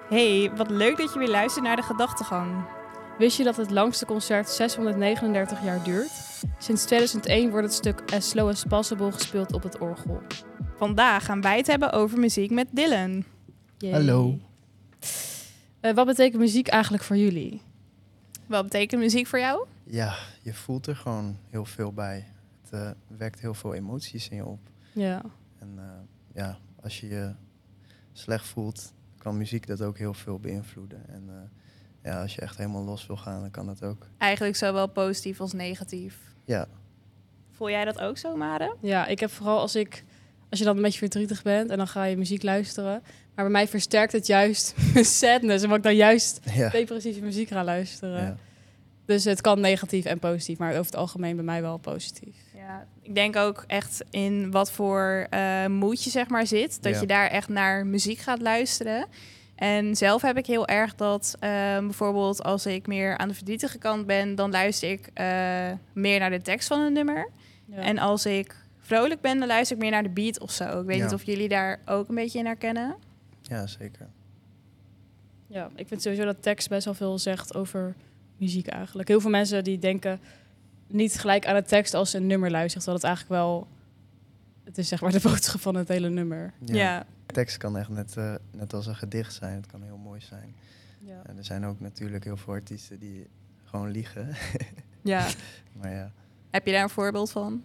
Hey, wat leuk dat je weer luistert naar De Gedachtegang. Wist je dat het langste concert 639 jaar duurt? Sinds 2001 wordt het stuk As Slow As Possible gespeeld op het orgel. Vandaag gaan wij het hebben over muziek met Dylan. Yay. Hallo. Wat betekent muziek eigenlijk voor jullie? Wat betekent muziek voor jou? Ja, je voelt er gewoon heel veel bij. Het wekt heel veel emoties in je op. Ja. En als je je slecht voelt, kan muziek dat ook heel veel beïnvloeden. En als je echt helemaal los wil gaan, dan kan dat ook. Eigenlijk zowel positief als negatief. Ja, Voel jij dat ook zo, Mare? Ja, ik heb vooral als je dan een beetje verdrietig bent en dan ga je muziek luisteren. Maar bij mij versterkt het juist mijn sadness, omdat ik dan juist ja, depressieve muziek ga luisteren. ja. Dus het kan negatief en positief, maar over het algemeen bij mij wel positief. Ja, ik denk ook echt in wat voor mood je zeg maar zit. Dat Ja. je daar echt naar muziek gaat luisteren. En zelf heb ik heel erg dat bijvoorbeeld als ik meer aan de verdrietige kant ben, dan luister ik meer naar de tekst van een nummer. Ja. En als ik vrolijk ben, dan luister ik meer naar de beat of zo. Ik weet Ja. niet of jullie daar ook een beetje in herkennen. Ja, zeker. Ja, ik vind sowieso dat tekst best wel veel zegt over muziek eigenlijk. Heel veel mensen die denken niet gelijk aan de tekst als ze een nummer luisteren, terwijl het eigenlijk wel, het is zeg maar de boodschap van het hele nummer. Ja. De tekst kan echt net als een gedicht zijn. Het kan heel mooi zijn. Ja. En er zijn ook natuurlijk heel veel artiesten die gewoon liegen. Ja. Maar ja, Heb je daar een voorbeeld van?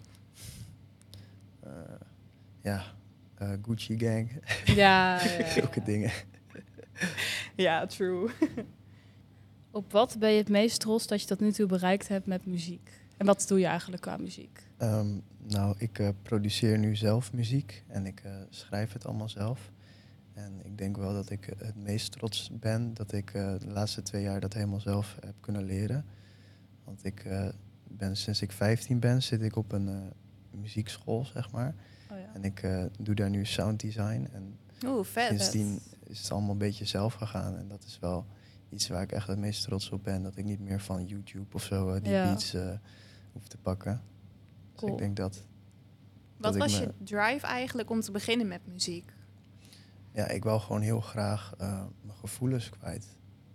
Gucci Gang, Ja. zulke dingen. Ja, true. Op wat ben je het meest trots dat je tot nu toe bereikt hebt met muziek? En wat doe je eigenlijk qua muziek? Ik produceer nu zelf muziek en ik schrijf het allemaal zelf. En ik denk wel dat ik het meest trots ben dat ik de laatste 2 jaar dat helemaal zelf heb kunnen leren. Want sinds ik 15 ben, zit ik op een muziekschool, zeg maar. Oh ja. En ik doe daar nu sounddesign. En Oeh, vet. sindsdien is het allemaal een beetje zelf gegaan. En dat is wel iets waar ik echt het meest trots op ben. Dat ik niet meer van YouTube of zo die Ja. beats hoef te pakken. Dus Cool. ik denk dat... Wat ik was me- je drive eigenlijk om te beginnen met muziek? Ja, ik wou gewoon heel graag mijn gevoelens kwijt.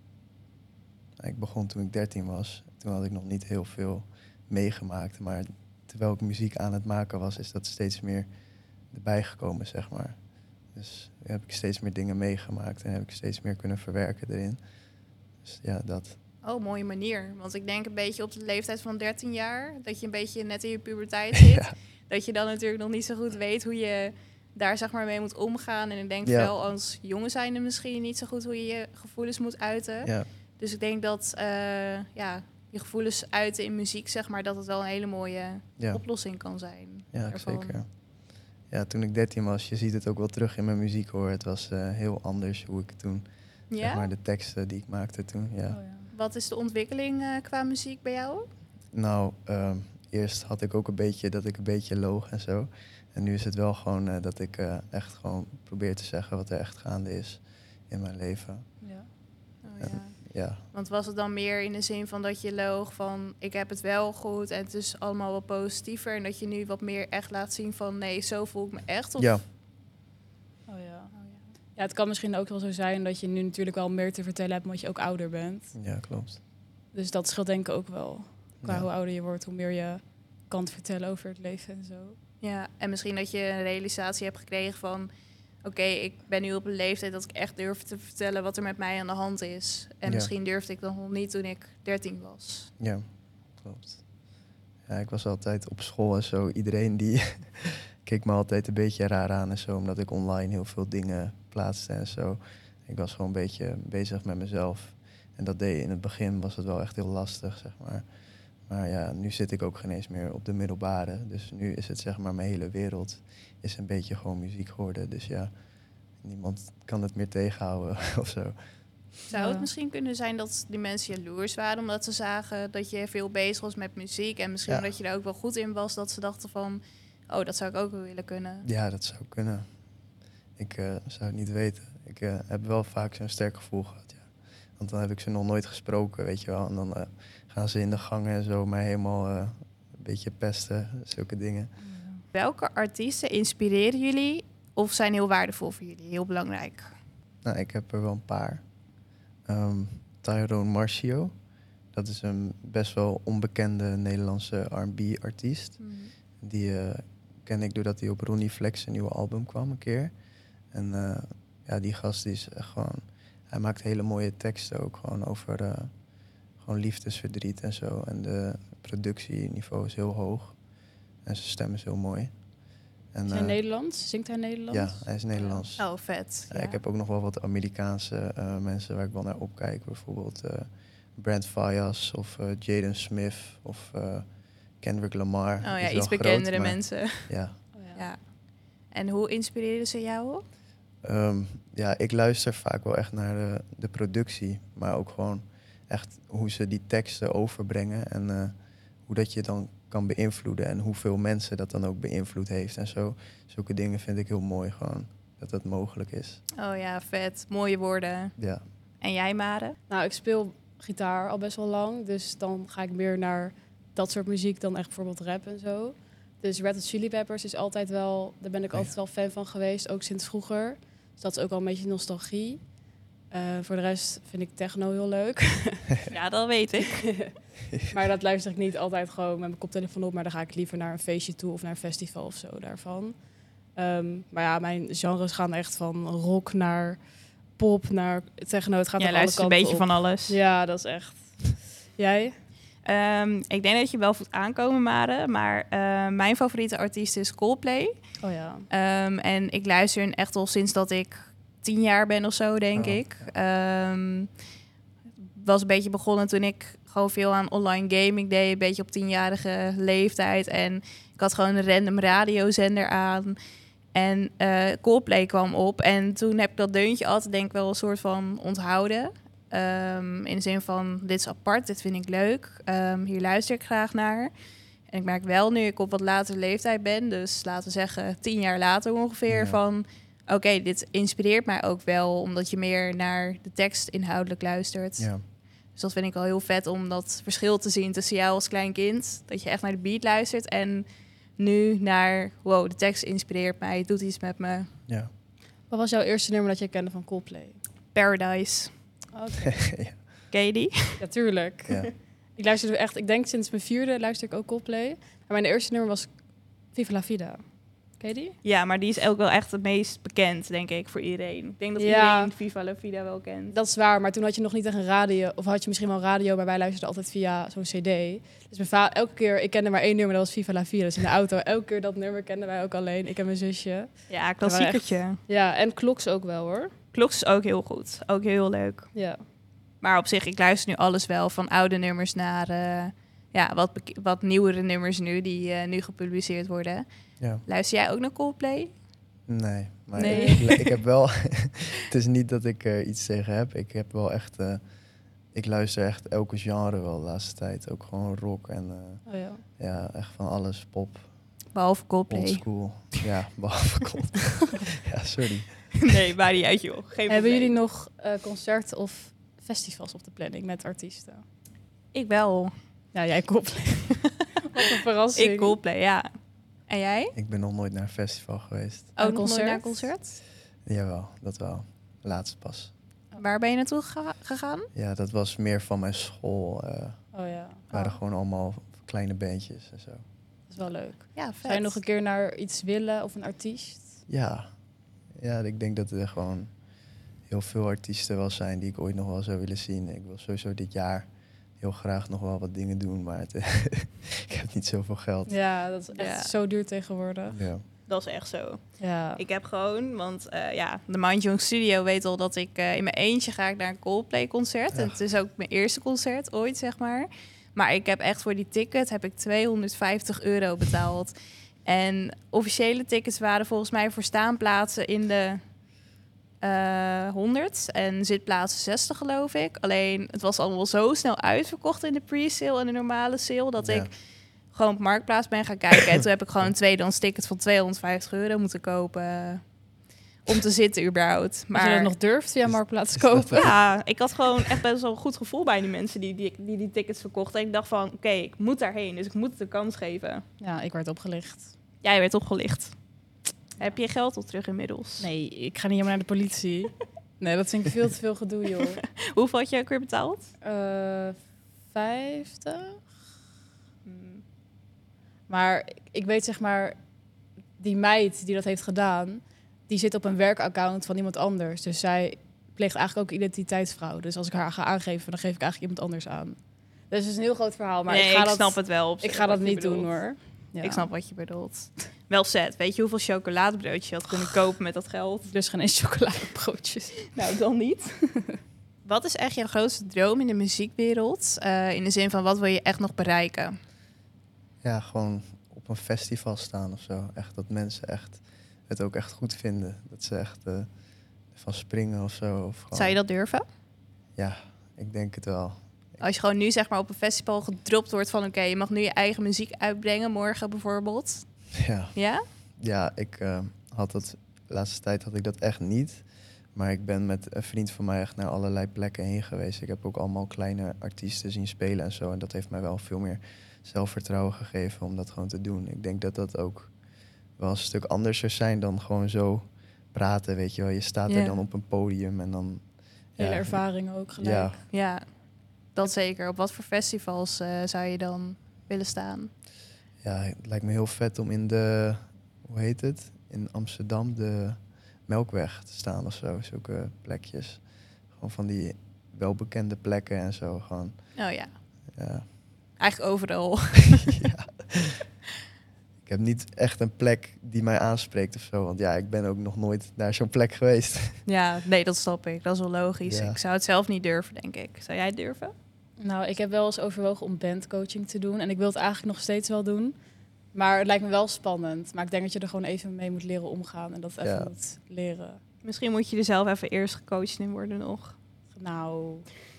Ik begon toen ik 13 was. Toen had ik nog niet heel veel meegemaakt. Maar terwijl ik muziek aan het maken was, is dat steeds meer erbij gekomen, zeg maar. Dus heb ik steeds meer dingen meegemaakt en heb ik steeds meer kunnen verwerken erin. Dus ja, dat. Oh, mooie manier. Want ik denk een beetje op de leeftijd van 13 jaar, dat je een beetje net in je puberteit zit. Ja. Dat je dan natuurlijk nog niet zo goed weet hoe je daar zeg maar mee moet omgaan. En ik denk Ja. wel als jongen zijnde misschien niet zo goed hoe je je gevoelens moet uiten. Ja, Dus ik denk dat je gevoelens uiten in muziek, zeg maar, dat het wel een hele mooie ja, oplossing kan zijn. ja ervan. zeker. Ja, toen ik 13 was, je ziet het ook wel terug in mijn muziek hoor. Het was heel anders hoe ik toen, zeg Ja? maar, de teksten die ik maakte toen, ja. Oh ja. Wat is de ontwikkeling qua muziek bij jou? Nou, eerst had ik ook dat ik een beetje loog en zo. En nu is het wel gewoon dat ik echt gewoon probeer te zeggen wat er echt gaande is in mijn leven. Ja. Oh, Ja. ja. Ja, Want was het dan meer in de zin van dat je loog van ik heb het wel goed en het is allemaal wat positiever. En dat je nu wat meer echt laat zien van nee, zo voel ik me echt? Of? ja, Oh ja. Oh, ja. Ja, het kan misschien ook wel zo zijn dat je nu natuurlijk wel meer te vertellen hebt omdat je ook ouder bent. ja, klopt. Dus dat scheelt denk ik ook wel. Qua Ja. hoe ouder je wordt, hoe meer je kan vertellen over het leven en zo. Ja, en misschien dat je een realisatie hebt gekregen van oké, ik ben nu op een leeftijd dat ik echt durf te vertellen wat er met mij aan de hand is. En Ja. misschien durfde ik dat nog niet toen ik 13 was. Ja, klopt. Ja, ik was altijd op school en zo. Iedereen die keek me altijd een beetje raar aan en zo, omdat ik online heel veel dingen plaatste en zo. Ik was gewoon een beetje bezig met mezelf. En dat deed in het begin was het wel echt heel lastig, zeg maar. Maar ja, nu zit ik ook geen eens meer op de middelbare. Dus nu is het zeg maar mijn hele wereld is een beetje gewoon muziek geworden. Dus ja, niemand kan het meer tegenhouden of zo. Zou het misschien kunnen zijn dat die mensen jaloers waren omdat ze zagen dat je veel bezig was met muziek en misschien Ja. dat je er ook wel goed in was, dat ze dachten van oh, dat zou ik ook wel willen kunnen. Ja, dat zou kunnen. Ik zou het niet weten. Ik heb wel vaak zo'n sterk gevoel gehad, ja. Want dan heb ik ze nog nooit gesproken, weet je wel. En dan gaan ze in de gangen en zo mij helemaal een beetje pesten, zulke dingen. Welke artiesten inspireren jullie of zijn heel waardevol voor jullie, heel belangrijk? Nou, ik heb er wel een paar. Tyrone Marcio. Dat is een best wel onbekende Nederlandse R&B-artiest. Die ken ik doordat hij op Ronnie Flex een nieuwe album kwam een keer. En die gast die is echt gewoon... Hij maakt hele mooie teksten ook gewoon over gewoon liefdesverdriet en zo. En de productieniveau is heel hoog. En zijn stem is heel mooi. En, Is hij Nederlands? Zingt hij Nederlands? Ja, hij is Nederlands. Oh, vet. Ja. Ik heb ook nog wel wat Amerikaanse mensen waar ik wel naar opkijk. Bijvoorbeeld Brent Faiyaz of Jaden Smith of Kendrick Lamar. Oh ja, Is wel iets groot, bekendere maar mensen. Ja. Oh, ja. Ja. En hoe inspireren ze jou? Ik luister vaak wel echt naar de productie. Maar ook gewoon echt hoe ze die teksten overbrengen. En hoe dat je dan kan beïnvloeden. En hoeveel mensen dat dan ook beïnvloed heeft en zo. Zulke dingen vind ik heel mooi gewoon. Dat dat mogelijk is. Oh ja, vet. Mooie woorden. Ja. En jij, Mare? Nou, ik speel gitaar al best wel lang. Dus dan ga ik meer naar dat soort muziek dan echt bijvoorbeeld rap en zo. Dus Red Hot Chili Peppers is altijd wel... Daar ben ik altijd wel fan van geweest, ook sinds vroeger. Dus dat is ook al een beetje nostalgie. Voor de rest vind ik techno heel leuk. Ja, dat weet ik. Maar dat luister ik niet altijd gewoon met mijn koptelefoon op. Maar dan ga ik liever naar een feestje toe of naar een festival of zo daarvan. Maar ja, mijn genres gaan echt van rock naar pop naar techno. Het gaat Jij aan alle luistert een kanten beetje op. van alles. Ja, dat is echt... Jij? Ik denk dat je wel voelt aankomen, Mare. Maar mijn favoriete artiest is Coldplay. Oh ja. En ik luister hen echt al sinds dat ik 10 jaar ben of zo, denk ik. Was een beetje begonnen toen ik gewoon veel aan online gaming deed. Een beetje op 10-jarige leeftijd. En ik had gewoon een random radiozender aan. En Coldplay kwam op. En toen heb ik dat deuntje altijd denk ik wel een soort van onthouden. In de zin van, dit is apart, dit vind ik leuk. Hier luister ik graag naar. En ik merk wel, nu ik op wat latere leeftijd ben... dus laten we zeggen 10 jaar later ongeveer... Ja. van oké, dit inspireert mij ook wel... omdat je meer naar de tekst inhoudelijk luistert. Ja. Dus dat vind ik wel heel vet om dat verschil te zien tussen jou als klein kind. Dat je echt naar de beat luistert. En nu naar, wow, de tekst inspireert mij. Het doet iets met me. Ja. Wat was jouw eerste nummer dat je kende van Coldplay? Paradise. Oké. Ja. Ken je die? Ja, tuurlijk. Ja. Ik luisterde echt, ik denk sinds mijn 4e luister ik ook Coldplay. Maar mijn eerste nummer was Viva la Vida. Ken je die? Ja, maar die is ook wel echt het meest bekend, denk ik, voor iedereen. Ik denk dat Ja. iedereen Viva la Vida wel kent. Dat is waar, maar toen had je nog niet echt een radio. Of had je misschien wel radio, maar wij luisterden altijd via zo'n cd. Dus elke keer, ik kende maar 1 nummer, dat was Viva la Vida. Dus in de auto, elke keer dat nummer kenden wij ook alleen. Ik en mijn zusje. Ja, klassiekertje. Ja, en Kloks ook wel hoor. Kloks is ook heel goed. Ook heel leuk. Ja. Maar op zich, ik luister nu alles wel. Van oude nummers naar wat nieuwere nummers nu, die nu gepubliceerd worden. Ja. Luister jij ook naar Coldplay? Nee, maar Nee. Ik heb wel... Het is niet dat ik iets tegen heb. Ik heb wel echt... ik luister echt elke genre wel de laatste tijd. Ook gewoon rock en Oh ja. ja, echt van alles. Pop, Behalve Coldplay. oldschool. Ja, behalve Coldplay. Ja, sorry. Nee, maakt niet uit, joh. Geen Hebben probleem. jullie nog concerten of festivals op de planning met artiesten? Ik wel. Ja, jij Coldplay. Wat een verrassing. Ik Coldplay, ja. En jij? Ik ben nog nooit naar een festival geweest. Ook Een nog nooit concert? naar een concert? Jawel, dat wel. Laatst pas. Waar ben je naartoe gegaan? Ja, dat was meer van mijn school. Oh ja. Waren gewoon allemaal kleine bandjes en zo. Dat is wel leuk. Ja, vet. Zou je nog een keer naar iets willen of een artiest? Ja, ik denk dat er gewoon heel veel artiesten wel zijn die ik ooit nog wel zou willen zien. Ik wil sowieso dit jaar heel graag nog wel wat dingen doen, maar ik heb niet zoveel geld. Ja, dat is echt Ja. zo duur tegenwoordig. Ja. Dat is echt zo. Ja. Ik heb gewoon, want de Mind Young Studio weet al dat ik in mijn eentje ga ik naar een Coldplay concert. Ja. En het is ook mijn eerste concert ooit, zeg maar. Maar ik heb echt voor die ticket heb ik €250 betaald. En officiële tickets waren volgens mij voor staanplaatsen in de 100 en zitplaatsen 60, geloof ik. Alleen, het was allemaal zo snel uitverkocht in de pre-sale en de normale sale, dat Ja. ik gewoon op Marktplaats ben gaan kijken. En toen heb ik gewoon een tweedehands ticket van €250 moeten kopen om te zitten überhaupt. Maar als je Maar dat nog durft via Marktplaats is dat kopen. ja, ik had gewoon echt best wel een goed gevoel bij die mensen die tickets verkochten. En ik dacht van, oké, ik moet daarheen, dus ik moet het een kans geven. Ja, ik werd opgelicht. Jij werd opgelicht. Heb je geld al terug inmiddels? Nee, ik ga niet helemaal naar de politie. Nee, dat vind ik veel te veel gedoe, joh. Hoeveel had je ook weer betaald? 50. Maar ik weet zeg maar, die meid die dat heeft gedaan, die zit op een werkaccount van iemand anders. Dus zij pleegt eigenlijk ook identiteitsfraude. Dus als ik haar ga aangeven, dan geef ik eigenlijk iemand anders aan. Dus het is een heel groot verhaal. Maar Nee, ik snap het wel. Ik ga dat niet doen, hoor. Ja. Ik snap wat je bedoelt. Wel zet. Weet je hoeveel chocoladebroodjes je had kunnen kopen met dat geld? Dus geen eens chocoladebroodjes. Nou, dan niet. Wat is echt je grootste droom in de muziekwereld? In de zin van, wat wil je echt nog bereiken? Ja, gewoon op een festival staan of zo. Echt dat mensen echt het ook echt goed vinden. Dat ze echt van springen of zo. Of gewoon... Zou je dat durven? Ja, ik denk het wel. Als je gewoon nu zeg maar op een festival gedropt wordt van... oké, je mag nu je eigen muziek uitbrengen, morgen bijvoorbeeld. Ja, Ja? ja, ik had dat... De laatste tijd had ik dat echt niet. Maar ik ben met een vriend van mij echt naar allerlei plekken heen geweest. Ik heb ook allemaal kleine artiesten zien spelen en zo. En dat heeft mij wel veel meer zelfvertrouwen gegeven om dat gewoon te doen. Ik denk dat dat ook wel een stuk anders zou zijn dan gewoon zo praten, weet je wel. Je staat er dan op een podium en dan... Hele ervaring ook gelijk. Ja, Ja, dat zeker. Op wat voor festivals zou je dan willen staan? ja, het lijkt me heel vet om in de... Hoe heet het? In Amsterdam de Melkweg te staan of zo. Zulke plekjes. Gewoon van die welbekende plekken en zo. Gewoon, Oh ja, ja. eigenlijk overal. Ja. Ik heb niet echt een plek die mij aanspreekt of zo. Want ja, ik ben ook nog nooit naar zo'n plek geweest. Ja, nee, dat snap ik. Dat is wel logisch. Ja. Ik zou het zelf niet durven, denk ik. Zou jij het durven? Nou, ik heb wel eens overwogen om bandcoaching te doen. En ik wil het eigenlijk nog steeds wel doen. Maar het lijkt me wel spannend. Maar ik denk dat je er gewoon even mee moet leren omgaan. En dat even moet leren. Misschien moet je er zelf even eerst gecoacht in worden nog. Nou,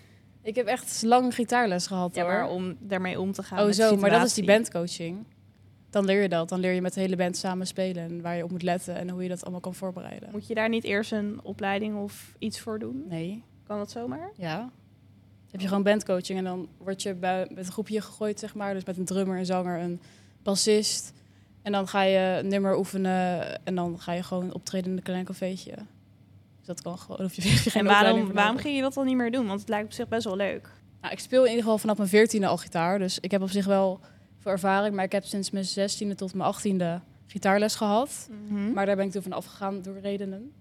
ik heb echt lang gitaarles gehad, Ja, hoor. maar om daarmee om te gaan. Oh met de zo, maar dat is die situatie. bandcoaching. Dan leer je dat. Dan leer je met de hele band samen spelen. En waar je op moet letten en hoe je dat allemaal kan voorbereiden. Moet je daar niet eerst een opleiding of iets voor doen? Nee. Kan dat zomaar? Ja. Dan heb je gewoon bandcoaching en dan word je met een groepje gegooid, zeg maar. Dus met een drummer, een zanger, een bassist. En dan ga je een nummer oefenen en dan ga je gewoon optreden in een klein cafeetje. Dus dat kan gewoon. Of je geen En opleiding voor waarom nodig. ging je dat dan niet meer doen? Want het lijkt op zich best wel leuk. Nou, ik speel in ieder geval vanaf mijn 14e al gitaar. Dus ik heb op zich wel veel ervaring. Maar ik heb sinds mijn 16e tot mijn 18e gitaarles gehad. Maar daar ben ik toen van afgegaan door redenen.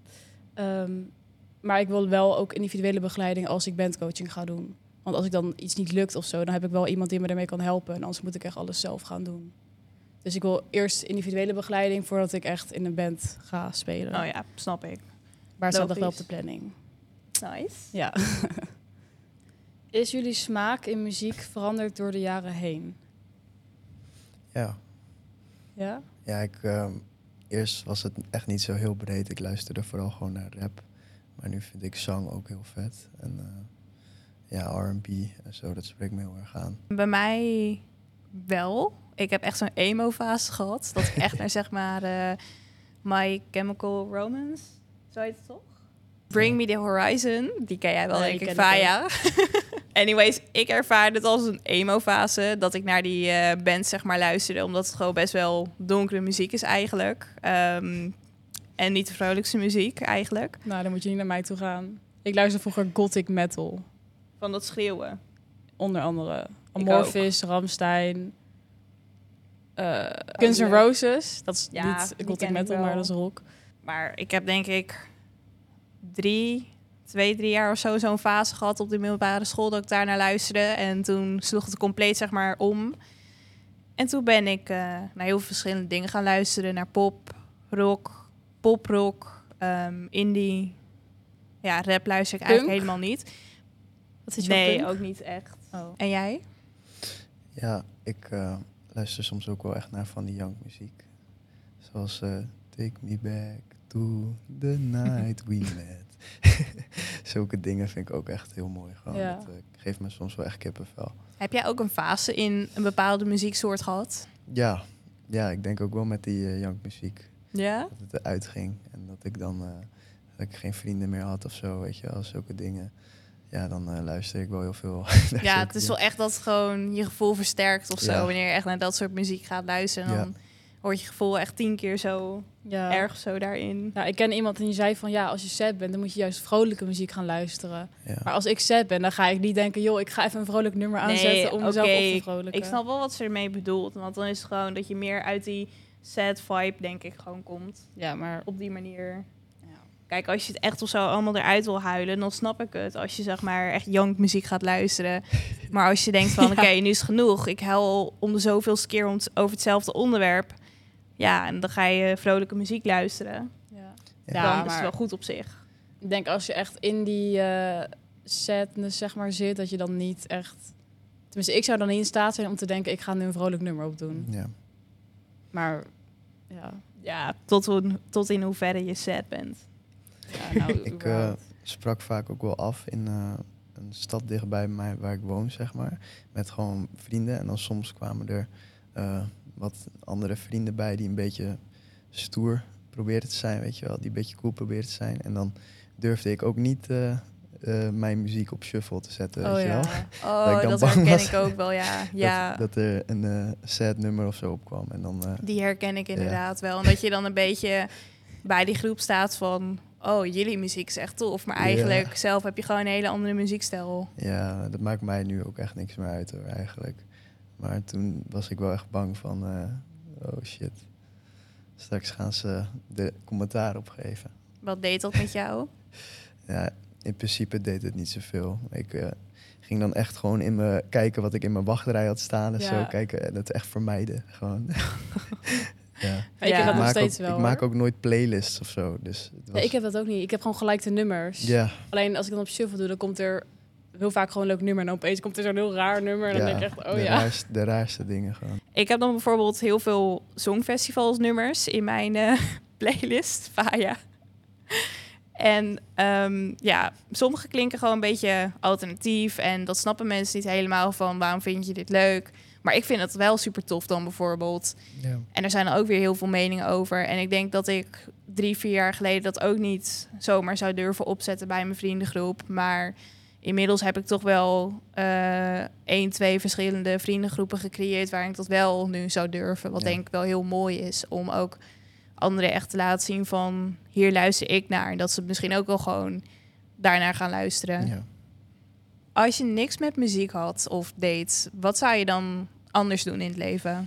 Maar ik wil wel ook individuele begeleiding als ik bandcoaching ga doen. Want als ik dan iets niet lukt of zo, dan heb ik wel iemand die me daarmee kan helpen. En anders moet ik echt alles zelf gaan doen. Dus ik wil eerst individuele begeleiding voordat ik echt in een band ga spelen. Oh ja, snap ik. Maar het staat nog wel op logisch. de planning. Nice. Ja. Is jullie smaak in muziek veranderd door de jaren heen? Ja. Ja? Ja, eerst was het echt niet zo heel breed. Ik luisterde vooral gewoon naar rap. Maar nu vind ik zang ook heel vet. En ja, R&B en zo, dat spreekt me heel erg aan. Bij mij wel. Ik heb echt zo'n emo-fase gehad. Dat ik echt naar zeg maar My Chemical Romance, zo heet het toch? Bring Me The Horizon, die ken jij wel, Nee, denk ik, ken ik Faya. Anyways, ik ervaarde het als een emo-fase, dat ik naar die band zeg maar luisterde, omdat het gewoon best wel donkere muziek is eigenlijk. En niet de vrolijkste muziek eigenlijk. Nou, dan moet je niet naar mij toe gaan. Ik luisterde vroeger gothic metal. Van dat schreeuwen. Onder andere Ik Amorphis, Rammstein, Guns N' leuk. Roses. Dat is Ja, niet die gothic ken ik metal, wel. maar dat is rock. Maar ik heb denk ik 2, 3 jaar of zo zo'n fase gehad op de middelbare school dat ik daar naar luisterde. En toen sloeg het compleet zeg maar om. En toen ben ik naar heel veel verschillende dingen gaan luisteren. Naar pop, rock, poprock, indie. Ja, rap luister ik eigenlijk Punk? helemaal niet. Wat is Nee, punk? ook niet echt. Oh. En jij? Ja, ik luister soms ook wel echt naar van die muziek. Zoals Take Me Back to the Night We Met. Zulke dingen vind ik ook echt heel mooi. Gewoon. Ja. Dat geeft me soms wel echt kippenvel. Heb jij ook een fase in een bepaalde muzieksoort gehad? Ja, ja, ik denk ook wel met die muziek. Ja? Dat het eruit ging. En dat ik dan dat ik geen vrienden meer had of zo, weet je wel. Zulke dingen. Ja, dan luister ik wel heel veel. naar Ja, zulke het is wel dingen. echt dat het gewoon je gevoel versterkt of zo. Ja. Wanneer je echt naar dat soort muziek gaat luisteren. Dan wordt je gevoel echt 10 keer zo Ja. erg zo daarin. Ja, ik ken iemand en die zei van ja, als je sad bent, dan moet je juist vrolijke muziek gaan luisteren. Ja. Maar als ik sad ben, dan ga ik niet denken, joh, ik ga even een vrolijk nummer aanzetten om mezelf op te vrolijken. Ik snap wel wat ze ermee bedoelt. Want dan is het gewoon dat je meer uit die sad vibe, denk ik, gewoon komt. Ja, maar Op die manier. ja. Kijk, als je het echt of zo allemaal eruit wil huilen, dan snap ik het. Als je zeg maar echt jankmuziek gaat luisteren. Maar als je denkt van, Ja. oké, nu is het genoeg. Ik huil om de zoveelste keer over hetzelfde onderwerp. Ja, en dan ga je vrolijke muziek luisteren. Ja. Dan is maar het wel goed op zich. ik denk als je echt in die sadness zeg maar zit, dat je dan niet echt... Tenminste, ik zou dan niet in staat zijn om te denken, ik ga nu een vrolijk nummer opdoen. Ja. Maar ja, Ja, tot in hoeverre je sad bent. ja nou, Ik überhaupt. sprak vaak ook wel af in een stad dichtbij mij waar ik woon, zeg maar. Met gewoon vrienden. En dan soms kwamen er wat andere vrienden bij die een beetje stoer probeerden te zijn, weet je wel. Die een beetje cool probeerden te zijn. En dan durfde ik ook niet mijn muziek op shuffle te zetten, weet je wel. Oh, ik dan dat bang herken was ik ook wel, ja. Ja, Dat er een sad nummer of zo opkwam. En dan, die herken ik inderdaad wel. En dat je dan een beetje bij die groep staat van... Oh, jullie muziek is echt tof. Maar Ja. eigenlijk zelf heb je gewoon een hele andere muziekstijl. ja, dat maakt mij nu ook echt niks meer uit hoor, eigenlijk. Maar toen was ik wel echt bang van, oh shit. Straks gaan ze de commentaar opgeven. Wat deed dat met jou? Ja, in principe deed het niet zoveel. Ik ging dan echt gewoon kijken wat ik in mijn wachtrij had staan en Ja. zo. Kijken en het echt vermijden. Gewoon. ja. Ja, ik Ja. heb dat nog maak steeds ook, wel. ik maak hoor. ook nooit playlists of zo. Dus het was, Nee, ik heb dat ook niet. Ik heb gewoon gelijk de nummers. Ja, Alleen als ik dan op shuffle doe, dan komt er heel vaak gewoon een leuk nummer. En dan opeens komt er zo'n heel raar nummer. En dan denk ik echt, oh de ja. de raarste dingen gewoon. Ik heb dan bijvoorbeeld heel veel songfestivalsnummers in mijn playlist, Faya. En ja, sommige klinken gewoon een beetje alternatief. En dat snappen mensen niet helemaal van, waarom vind je dit leuk? Maar ik vind het wel super tof dan bijvoorbeeld. Ja. En er zijn ook weer heel veel meningen over. En ik denk dat ik 3-4 jaar geleden dat ook niet zomaar zou durven opzetten bij mijn vriendengroep. Maar inmiddels heb ik toch wel 1, 2 verschillende vriendengroepen gecreëerd waarin ik dat wel nu zou durven. Wat Ja. denk ik wel heel mooi is om ook anderen echt te laten zien van hier luister ik naar. En dat ze misschien ook wel gewoon daarnaar gaan luisteren. Ja. Als je niks met muziek had of deed, wat zou je dan anders doen in het leven?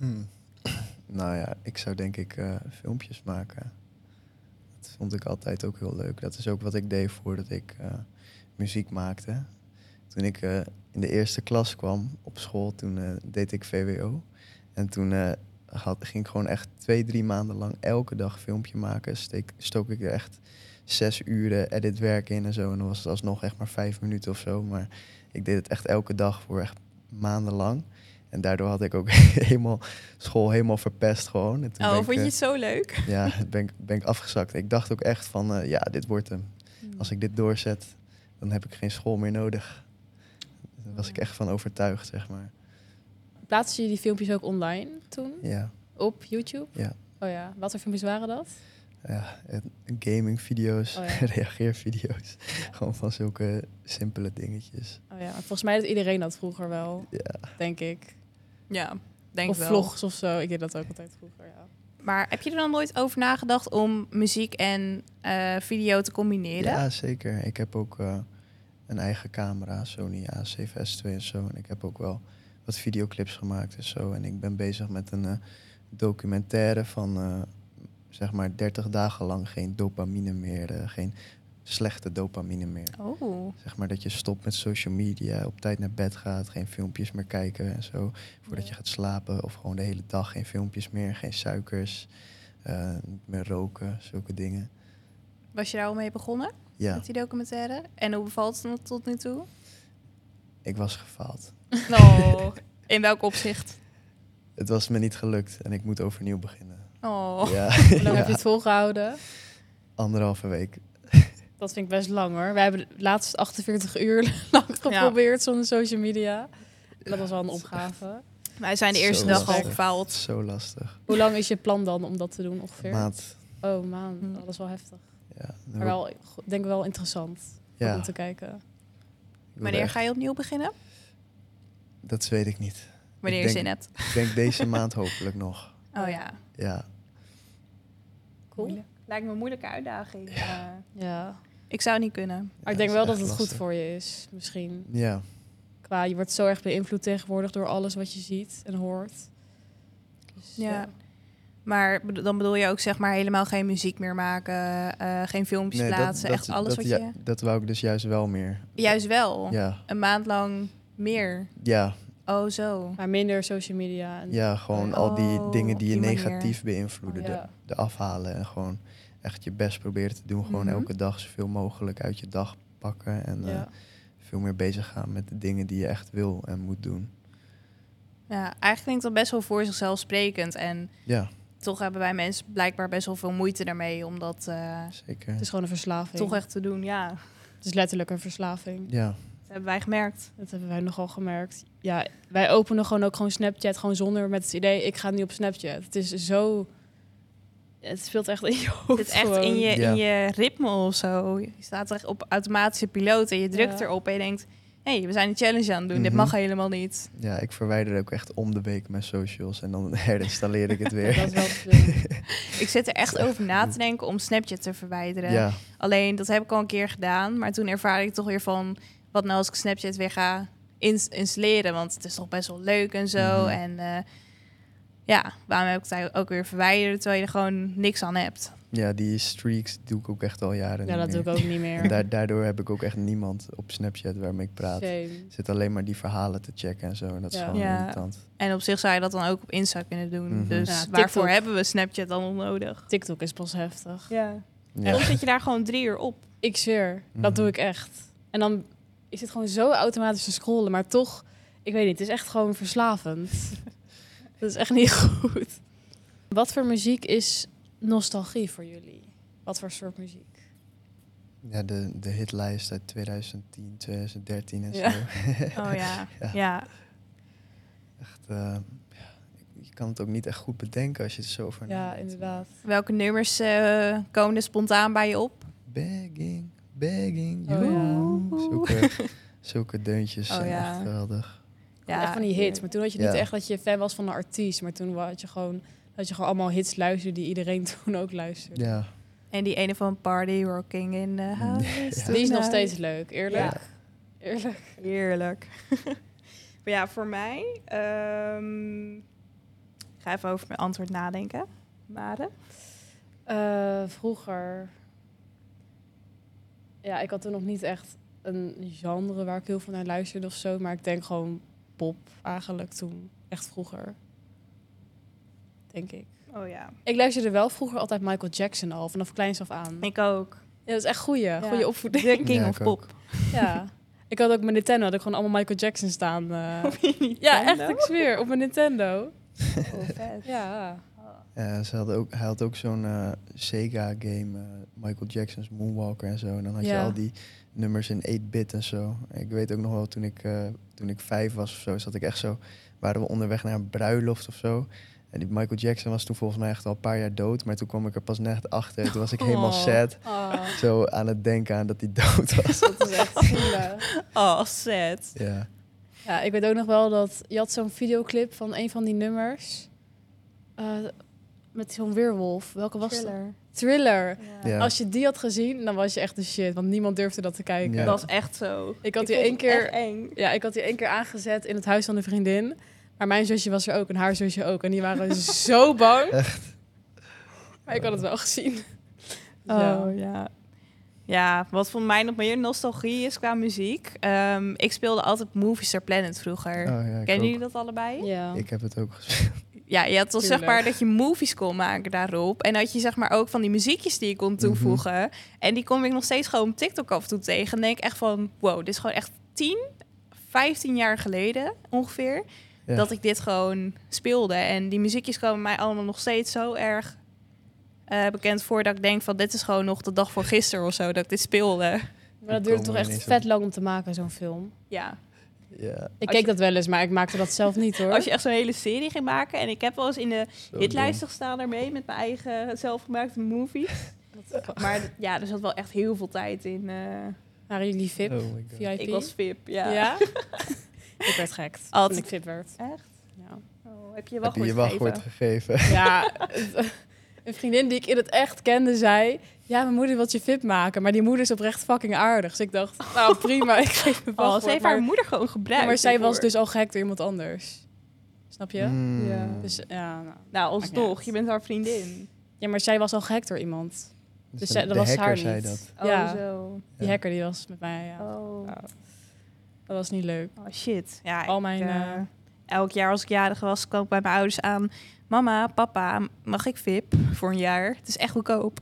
Nou ja, ik zou denk ik filmpjes maken. Dat vond ik altijd ook heel leuk. Dat is ook wat ik deed voordat ik muziek maakte. Toen ik in de eerste klas kwam op school, toen deed ik VWO. En toen ging ik gewoon echt 2-3 maanden lang elke dag filmpje maken. Stook ik er echt 6 uren editwerk in en zo. En dan was het alsnog echt maar 5 minuten of zo. Maar ik deed het echt elke dag voor echt maandenlang. En daardoor had ik ook school helemaal verpest gewoon. En toen Oh, ben ik, vond je het zo leuk? ja, ben ik afgezakt. Ik dacht ook echt van, ja, dit wordt hem. Als ik dit doorzet, dan heb ik geen school meer nodig. Daar was ik echt van overtuigd, zeg maar. Plaatsen je die filmpjes ook online toen? Ja, Op YouTube? ja. Oh ja. Wat voor filmpjes waren dat? Ja, gaming-video's, Oh ja. reageervideo's. Gewoon van zulke simpele dingetjes. Oh ja. Volgens mij deed iedereen dat vroeger wel, Ja, denk ik. Ja, denk Of wel. vlogs of zo. Ik deed dat ook altijd vroeger, ja. Maar heb je er dan nooit over nagedacht om muziek en video te combineren? ja zeker. Ik heb ook een eigen camera, Sony A7S2 en zo. En ik heb ook wel wat videoclips gemaakt en zo. En ik ben bezig met een documentaire van zeg maar 30 dagen lang geen dopamine meer, geen slechte dopamine meer. Oh, Zeg maar dat je stopt met social media, op tijd naar bed gaat, geen filmpjes meer kijken en zo. Voordat je gaat slapen of gewoon de hele dag geen filmpjes meer, geen suikers, niet meer roken, zulke dingen. was je daar al mee begonnen Ja, met die documentaire? En hoe bevalt het tot nu toe? ik was gefaald. Oh, in welk opzicht? Het was me niet gelukt en ik moet overnieuw beginnen. Oh, Ja, Hoe lang ja, heb je het volgehouden? 1,5 week. Dat vind ik best lang hoor. Wij hebben de laatste 48 uur lang geprobeerd zonder social media. Dat was wel een opgave. wij zijn de eerste Zo dag al lastig. gefaald. Zo lastig. Hoe lang is je plan dan om dat te doen ongeveer? Maat. Oh, man. Oh, dat is wel heftig. Ja, Maar wel, denk ik wel interessant ja, om te kijken. ik wilde Wanneer echt- ga je opnieuw beginnen? Dat weet ik niet. Wanneer Ik je denk- zin hebt. Ik denk deze maand hopelijk nog. Oh ja. Ja, Cool. Moeilijk. Lijkt me een moeilijke uitdaging. Ja. Ik zou het niet kunnen. Maar ik denk wel dat echt het goed lastig. voor je is, misschien. Ja, Je wordt zo erg beïnvloed tegenwoordig door alles wat je ziet en hoort. Dus, Ja. Maar dan bedoel je ook zeg maar helemaal geen muziek meer maken, geen filmpjes nee, plaatsen, echt alles wat je... dat wou ik dus juist wel meer. Juist wel. Ja, Een maand lang meer. ja, Oh, zo. Maar minder social media. En, ja, gewoon Oh, al die dingen op die je die manier. negatief beïnvloeden, Oh, ja. de afhalen en gewoon echt je best proberen te doen. Gewoon Mhm. elke dag zoveel mogelijk uit je dag pakken en Ja. veel meer bezig gaan met de dingen die je echt wil en moet doen. Ja, eigenlijk klinkt dat best wel voor zichzelf sprekend. En Ja, toch hebben wij mensen blijkbaar best wel veel moeite daarmee om dat zeker. Het is gewoon een verslaving. toch echt te doen. Ja, dat Het is letterlijk een verslaving. Ja, hebben wij gemerkt. Dat hebben wij nogal gemerkt. Ja, wij openen gewoon Snapchat gewoon zonder met het idee, ik ga nu op Snapchat. Het is zo... Het speelt echt in je hoofd. Het is echt gewoon. in je ritme of zo. Je staat echt op automatische piloot en je drukt Ja. erop en je denkt... Hé, we zijn een challenge aan het doen. Dit Mhm. mag helemaal niet. ja, ik verwijder ook echt om de week mijn socials en dan herinstalleer ik het weer. Dat is wel slim. Ik zit er echt over na te denken om Snapchat te verwijderen. Ja, Alleen, dat heb ik al een keer gedaan. Maar toen ervaar ik toch weer van... Wat nou als ik Snapchat weer ga installeren? Want het is toch best wel leuk en zo. Mhm. En ja, waarom heb ik het ook weer verwijderd... terwijl je er gewoon niks aan hebt? ja, die streaks doe ik ook echt al jaren Ja, niet dat doe meer. ik ook niet meer. En daardoor heb ik ook echt niemand op Snapchat waarmee ik praat. Shame. Er zit alleen maar die verhalen te checken en zo. En dat is Ja. gewoon Ja. irritant. En op zich zou je dat dan ook op Insta kunnen doen. Mhm. Dus Ja, waarvoor TikTok. hebben we Snapchat dan nog nodig? TikTok is pas heftig. Ja. Ja. En dan zit je daar gewoon 3 uur op. Ik zweer, dat Mhm. doe ik echt. En dan is het gewoon zo automatisch te scrollen. Maar toch, ik weet niet, het is echt gewoon verslavend. Dat is echt niet goed. Wat voor muziek is nostalgie voor jullie? Wat voor soort muziek? Ja, de hitlijst uit 2010, 2013 en Ja. zo. Oh ja. Ja. Ja. Echt, je kan het ook niet echt goed bedenken als je het zo over Ja, nadenkt. inderdaad. Welke nummers komen er spontaan bij je op? Begging, begging Oh, you. ja. Zulke deuntjes Oh, zijn ja. echt geweldig. Ja, echt van die hits. Maar toen had je niet Ja. echt dat je fan was van een artiest. Maar toen had je gewoon allemaal hits luisterde die iedereen toen ook luisterde. Ja, En die ene van Party Rocking in the House. Ja. Die is nog tonight. steeds leuk, eerlijk. Ja. Eerlijk. Heerlijk. Maar ja, voor mij... ik ga even over mijn antwoord nadenken. Mare? Vroeger... Ja, ik had toen nog niet echt een genre waar ik heel veel naar luisterde of zo. Maar ik denk gewoon pop eigenlijk toen. Echt vroeger. Denk ik. Oh ja. Ik luisterde wel vroeger altijd Michael Jackson al, vanaf kleins af aan. Ik ook. Ja, dat is echt goeie opvoeding. The King Ja, of ik ook. Pop. Ja. Ik had ook mijn Nintendo, had ik gewoon allemaal Michael Jackson staan. Op je Nintendo? Ja, echt, ik zweer, op mijn Nintendo. Oh, vet. Ja. Ja, hij had ook zo'n Sega-game, Michael Jackson's Moonwalker en zo. En dan had je Ja. al die nummers in 8-bit en zo. Ik weet ook nog wel, toen ik 5 was of zo, zat ik echt zo... Waren we onderweg naar een bruiloft of zo. En die Michael Jackson was toen volgens mij echt al een paar jaar dood. Maar toen kwam ik er pas net achter. Toen was ik helemaal sad. Oh, Zo aan het denken aan dat hij dood was. dat is echt zielig. Oh, sad. Ja. Ja, ik weet ook nog wel dat... Je had zo'n videoclip van een van die nummers. Met zo'n weerwolf. Welke was dat? Thriller. Ja. Als je die had gezien, dan was je echt de shit. Want niemand durfde dat te kijken. Ja. Dat is echt zo. Ik had die vond één het keer... echt eng. Ja, ik had die 1 keer aangezet in het huis van een vriendin. Maar mijn zusje was er ook en haar zusje ook. En die waren zo bang. Echt? Maar ik had het wel gezien. Oh ja. Ja, wat voor mij nog meer nostalgie is qua muziek. Ik speelde altijd Movies Star Planet vroeger. Oh, ja, ik Kennen ook. jullie dat allebei? Ja. Ik heb het ook gespeeld. Ja, je had toch zeg Tuurlijk. maar dat je movies kon maken daarop. En had je zeg maar ook van die muziekjes die je kon toevoegen. En die kom ik nog steeds gewoon op TikTok af en toe tegen. En denk ik echt van, wow, dit is gewoon echt 15 jaar geleden ongeveer. Ja. Dat ik dit gewoon speelde. En die muziekjes komen mij allemaal nog steeds zo erg bekend voor. Dat ik denk van, dit is gewoon nog de dag voor gisteren of zo dat ik dit speelde. Maar dat duurde komen toch we echt ineens vet op. lang om te maken, zo'n film. Ja. Ja, Ik Als keek je- dat wel eens, maar ik maakte dat zelf niet hoor. Als je echt zo'n hele serie ging maken. En ik heb wel eens in de zo hitlijsten gestaan daarmee met mijn eigen zelfgemaakte movies. Maar ja, er zat wel echt heel veel tijd in. Waren jullie VIP? dom. Oh my god. VIP? Ik was VIP, ja. Ja? Ik werd gek Altijd. toen ik VIP werd. Echt? Ja. Oh, heb je Heb je je wachtwoord wachtwoord gegeven? gegeven? Ja, een vriendin die ik in het echt kende zei... Ja, mijn moeder wil je VIP maken, maar die moeder is oprecht fucking aardig. Dus ik dacht, nou prima, ik geef mijn Oh, wachtwoord. ze heeft haar moeder gewoon gebruikt. Ja, maar zij was hiervoor. dus al gehackt door iemand anders. Snap je? Mm. Ja. Dus ja, nou. Nou, Maakt niet alsnog, uit. je bent haar vriendin. Ja, maar zij was al gehackt door iemand. Dus de dat was hacker haar zei niet. dat. Oh, Ja. zo. Die Ja. hacker die was met mij, ja. Oh. Ja. Dat was niet leuk. Oh, shit. Ja, Al mijn, elk jaar als ik jarig was, kwam ik bij mijn ouders aan. Mama, papa, mag ik VIP voor een jaar? Het is echt goedkoop.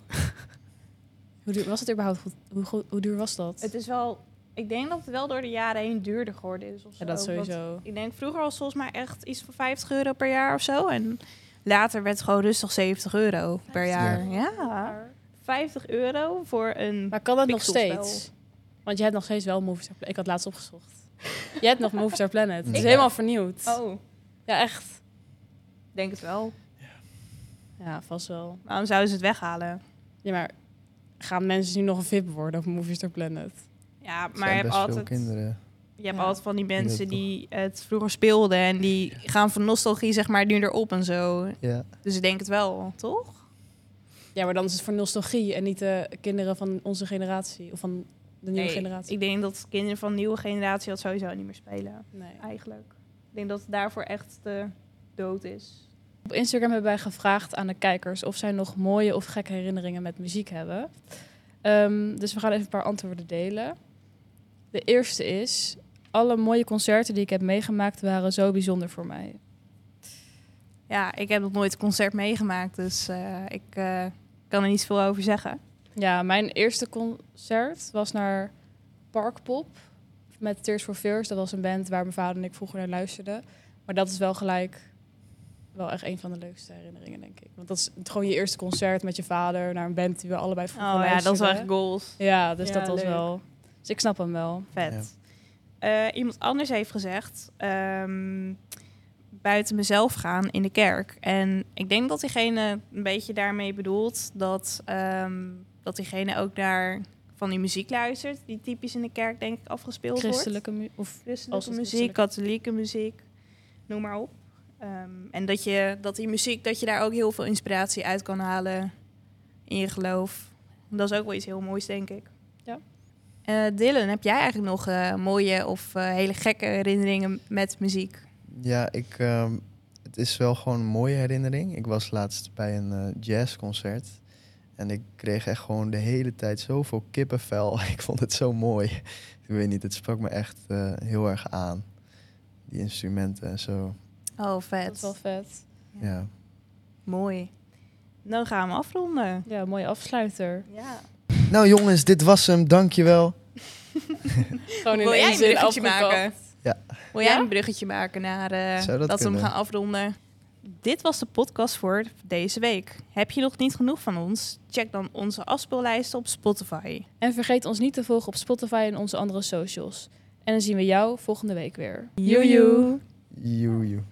Hoe duur was het überhaupt? Hoe duur was dat? Het is wel... Ik denk dat het wel door de jaren heen duurder geworden is. Of Ja, zo. dat Want sowieso. ik denk vroeger was het volgens mij echt iets van €50 per jaar of zo. En later werd het gewoon rustig €70 per jaar. Ja. €50 voor een... Maar kan dat nog Pixelspel. steeds? Want je hebt nog steeds wel Movistar Planet. Ik had laatst opgezocht. Je hebt nog Movistar Planet. Het is Ja. helemaal vernieuwd. Oh, Ja, echt. denk het wel. Ja, vast wel. Waarom zouden ze het weghalen? Ja, maar gaan mensen nu nog een VIP worden op Movistar Planet? Ja, Er maar zijn je hebt best veel altijd... kinderen. Je hebt Ja. altijd van die denk mensen dat die het vroeger speelden en die gaan van nostalgie zeg maar nu erop en zo. Ja. Dus ik denk het wel, toch? Ja, maar dan is het voor nostalgie en niet de kinderen van onze generatie. Of van de nieuwe Nee, generatie. ik denk dat kinderen van de nieuwe generatie dat sowieso niet meer spelen. Nee. Eigenlijk. Ik denk dat het daarvoor echt de dood is. Op Instagram hebben wij gevraagd aan de kijkers of zij nog mooie of gekke herinneringen met muziek hebben. Dus we gaan even een paar antwoorden delen. De eerste is: alle mooie concerten die ik heb meegemaakt waren zo bijzonder voor mij. Ja, ik heb nog nooit een concert meegemaakt, dus ik kan er niet veel over zeggen. Ja, mijn eerste concert was naar Parkpop met Tears for Fears. Dat was een band waar mijn vader en ik vroeger naar luisterden. Maar dat is wel gelijk wel echt een van de leukste herinneringen, denk ik. Want dat is gewoon je eerste concert met je vader naar een band die we allebei vroeger Oh ja, luisterden. dat is wel echt goals. Ja, dus Ja, dat was leuk. wel... Dus ik snap hem wel. Vet. Iemand anders heeft gezegd... buiten mezelf gaan in de kerk. En ik denk dat diegene een beetje daarmee bedoelt... dat diegene ook naar van die muziek luistert... die typisch in de kerk denk ik afgespeeld wordt. Christelijke of als Christelijke het muziek, christelijk- katholieke muziek, noem maar op. En dat die muziek, dat je daar ook heel veel inspiratie uit kan halen in je geloof. Dat is ook wel iets heel moois, denk ik. Ja. Dylan, heb jij eigenlijk nog mooie of hele gekke herinneringen met muziek? Ja, het is wel gewoon een mooie herinnering. Ik was laatst bij een jazzconcert. En ik kreeg echt gewoon de hele tijd zoveel kippenvel. Ik vond het zo mooi. Ik weet niet, het sprak me echt heel erg aan. Die instrumenten en zo. Oh, vet. Dat is wel vet. Ja. Mooi. Dan gaan we afronden. Ja, mooie afsluiter. Ja. Nou jongens, dit was hem. Dankjewel. Gewoon in Wil jij één een zin bruggetje afgekapt. maken? Ja. Wil jij Ja? een bruggetje maken naar Zou dat dat we hem kunnen? gaan afronden? Dit was de podcast voor deze week. Heb je nog niet genoeg van ons? Check dan onze afspeellijsten op Spotify. En vergeet ons niet te volgen op Spotify en onze andere socials. En dan zien we jou volgende week weer. Joejoe. Joejoe.